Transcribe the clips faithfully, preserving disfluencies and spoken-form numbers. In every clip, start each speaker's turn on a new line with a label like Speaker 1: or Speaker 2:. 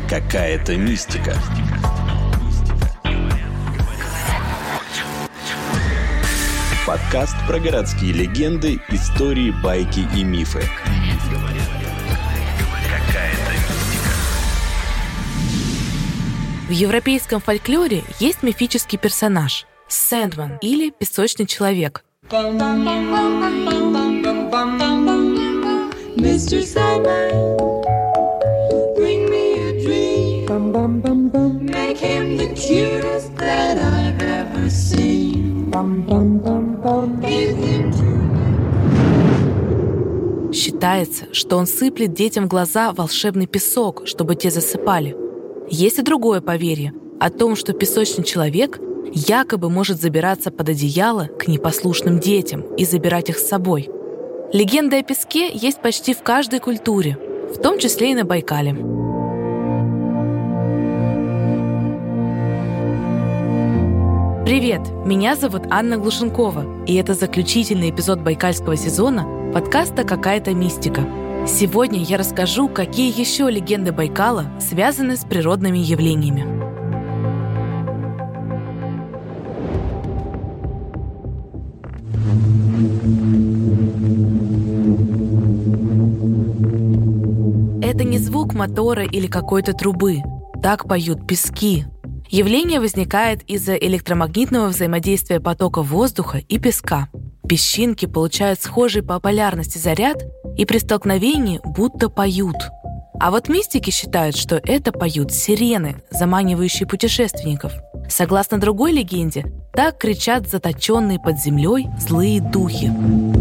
Speaker 1: Какая-то мистика. Подкаст про городские легенды, истории, байки и мифы.
Speaker 2: В европейском фольклоре есть мифический персонаж – Сэндман или песочный человек.
Speaker 3: мистер Sandman, bring me a dream. Bum, bum, bum, bum. Make him the cutest that I've ever seen. Bum, bum, bum, bum. Give him to...
Speaker 2: Считается, что он сыплет детям в глаза волшебный песок, чтобы те засыпали. Есть и другое поверье о том, что песочный человек якобы может забираться под одеяло к непослушным детям и забирать их с собой. Легенды о песке есть почти в каждой культуре, в том числе и на Байкале. Привет, меня зовут Анна Глушенкова, и это заключительный эпизод байкальского сезона подкаста «Какая-то мистика». Сегодня я расскажу, какие еще легенды Байкала связаны с природными явлениями. Это не звук мотора или какой-то трубы. Так поют пески. Явление возникает из-за электромагнитного взаимодействия потока воздуха и песка. Песчинки получают схожий по полярности заряд и при столкновении будто поют. А вот мистики считают, что это поют сирены, заманивающие путешественников. Согласно другой легенде, так кричат заточенные под землей злые духи.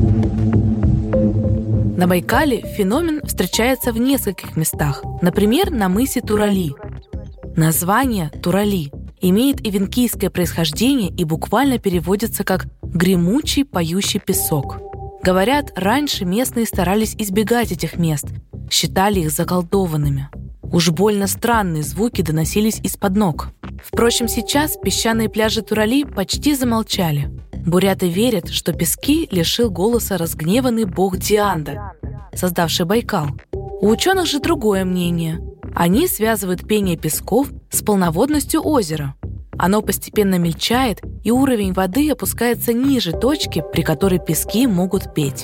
Speaker 2: На Байкале феномен встречается в нескольких местах, например, на мысе Турали. Название Турали имеет ивенкийское происхождение и буквально переводится как «гремучий поющий песок». Говорят, раньше местные старались избегать этих мест, считали их заколдованными. Уж больно странные звуки доносились из-под ног. Впрочем, сейчас песчаные пляжи Турали почти замолчали. Буряты верят, что пески лишил голоса разгневанный бог Дианда, создавший Байкал. У ученых же другое мнение. Они связывают пение песков с полноводностью озера. Оно постепенно мельчает, и уровень воды опускается ниже точки, при которой пески могут петь.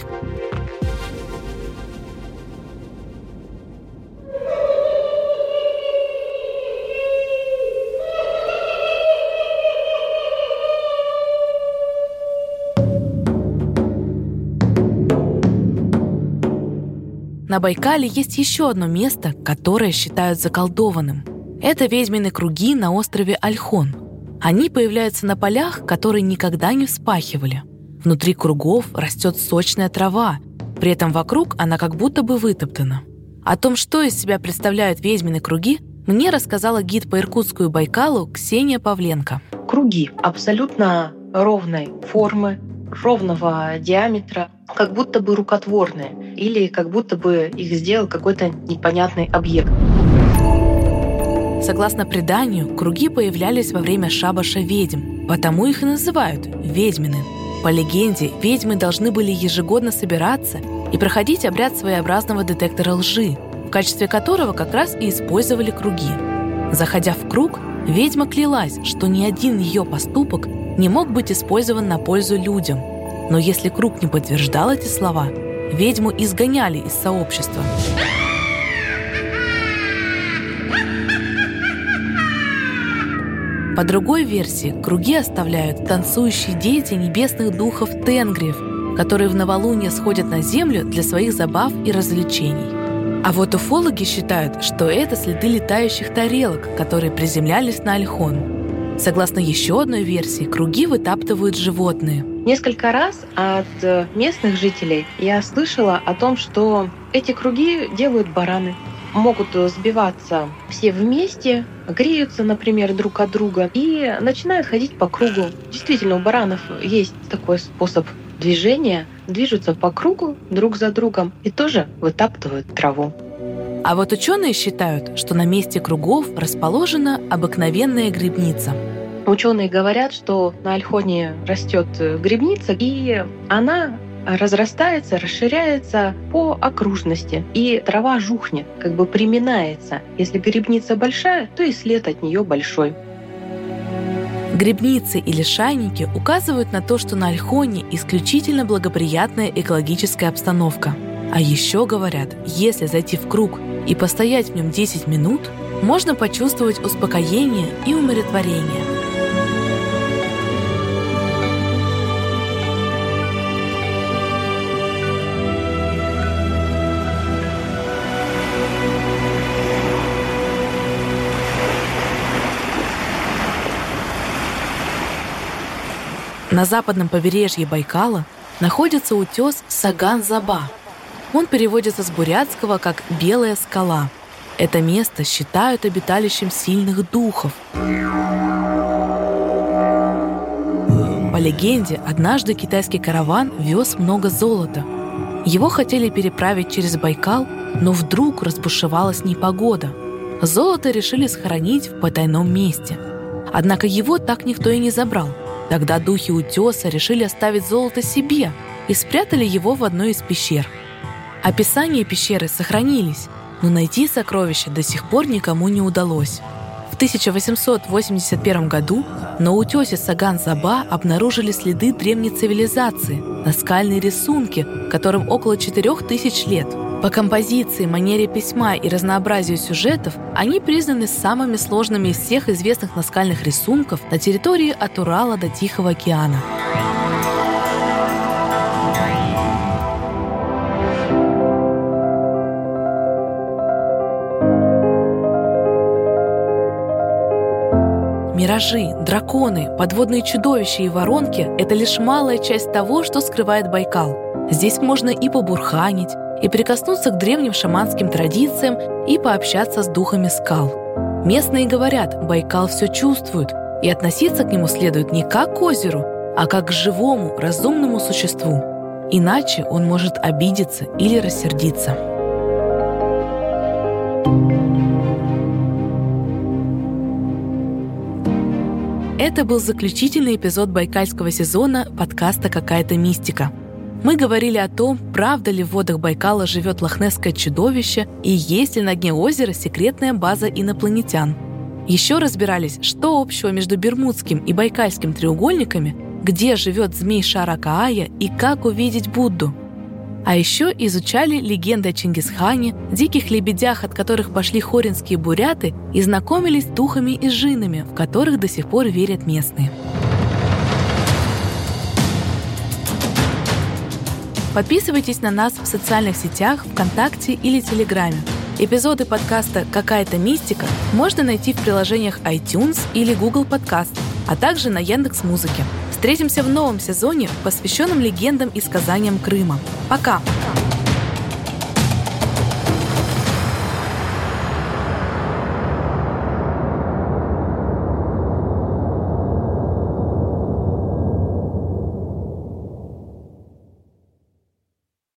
Speaker 2: На Байкале есть еще одно место, которое считают заколдованным. Это ведьмины круги на острове Ольхон. Они появляются на полях, которые никогда не вспахивали. Внутри кругов растет сочная трава, при этом вокруг она как будто бы вытоптана. О том, что из себя представляют ведьмины круги, мне рассказала гид по Иркутску и Байкалу Ксения Павленко.
Speaker 4: Круги абсолютно ровной формы, ровного диаметра, как будто бы рукотворные, или как будто бы их сделал какой-то непонятный объект.
Speaker 2: Согласно преданию, круги появлялись во время шабаша ведьм, потому их и называют ведьмины. По легенде, ведьмы должны были ежегодно собираться и проходить обряд своеобразного детектора лжи, в качестве которого как раз и использовали круги. Заходя в круг, ведьма клялась, что ни один ее поступок не мог быть использован на пользу людям. Но если круг не подтверждал эти слова, ведьму изгоняли из сообщества. По другой версии, круги оставляют танцующие дети небесных духов тенгриев, которые в новолуние сходят на землю для своих забав и развлечений. А вот уфологи считают, что это следы летающих тарелок, которые приземлялись на Ольхон. Согласно еще одной версии, круги вытаптывают животные.
Speaker 4: Несколько раз от местных жителей я слышала о том, что эти круги делают бараны. Могут сбиваться все вместе, греются, например, друг от друга и начинают ходить по кругу. Действительно, у баранов есть такой способ движения. Движутся по кругу друг за другом и тоже вытаптывают траву.
Speaker 2: А вот ученые считают, что на месте кругов расположена обыкновенная грибница.
Speaker 4: Ученые говорят, что на Ольхоне растет грибница, и она разрастается, расширяется по окружности, и трава жухнет, как бы приминается. Если грибница большая, то и след от нее большой.
Speaker 2: Грибницы или шайники указывают на то, что на Ольхоне исключительно благоприятная экологическая обстановка. А еще говорят, если зайти в круг и постоять в нем десять минут, можно почувствовать успокоение и умиротворение. На западном побережье Байкала находится утес Саган-Заба. Он переводится с бурятского как «белая скала». Это место считают обиталищем сильных духов. По легенде, однажды китайский караван вез много золота. Его хотели переправить через Байкал, но вдруг разбушевалась непогода. Золото решили схоронить в потайном месте. Однако его так никто и не забрал. Тогда духи утеса решили оставить золото себе и спрятали его в одной из пещер. Описания пещеры сохранились, но найти сокровища до сих пор никому не удалось. В тысяча восемьсот восемьдесят первом году на утесе Саган-Заба обнаружили следы древней цивилизации, наскальные рисунки, которым около четырех тысяч лет. По композиции, манере письма и разнообразию сюжетов они признаны самыми сложными из всех известных наскальных рисунков на территории от Урала до Тихого океана. Миражи, драконы, подводные чудовища и воронки – это лишь малая часть того, что скрывает Байкал. Здесь можно и побурханить, и прикоснуться к древним шаманским традициям, и пообщаться с духами скал. Местные говорят, Байкал все чувствует, и относиться к нему следует не как к озеру, а как к живому, разумному существу. Иначе он может обидеться или рассердиться. Это был заключительный эпизод байкальского сезона подкаста «Какая-то мистика». Мы говорили о том, правда ли в водах Байкала живет лохнесское чудовище и есть ли на дне озера секретная база инопланетян. Еще разбирались, что общего между Бермудским и Байкальским треугольниками, где живет змей Шара-Каая и как увидеть Будду. А еще изучали легенды о Чингисхане, диких лебедях, от которых пошли хоринские буряты, и знакомились с духами и джиннами, в которых до сих пор верят местные. Подписывайтесь на нас в социальных сетях, ВКонтакте или Телеграме. Эпизоды подкаста «Какая-то мистика» можно найти в приложениях iTunes или Google Подкаст, а также на Яндекс.Музыке. Встретимся в новом сезоне, посвященном легендам и сказаниям Крыма. Пока!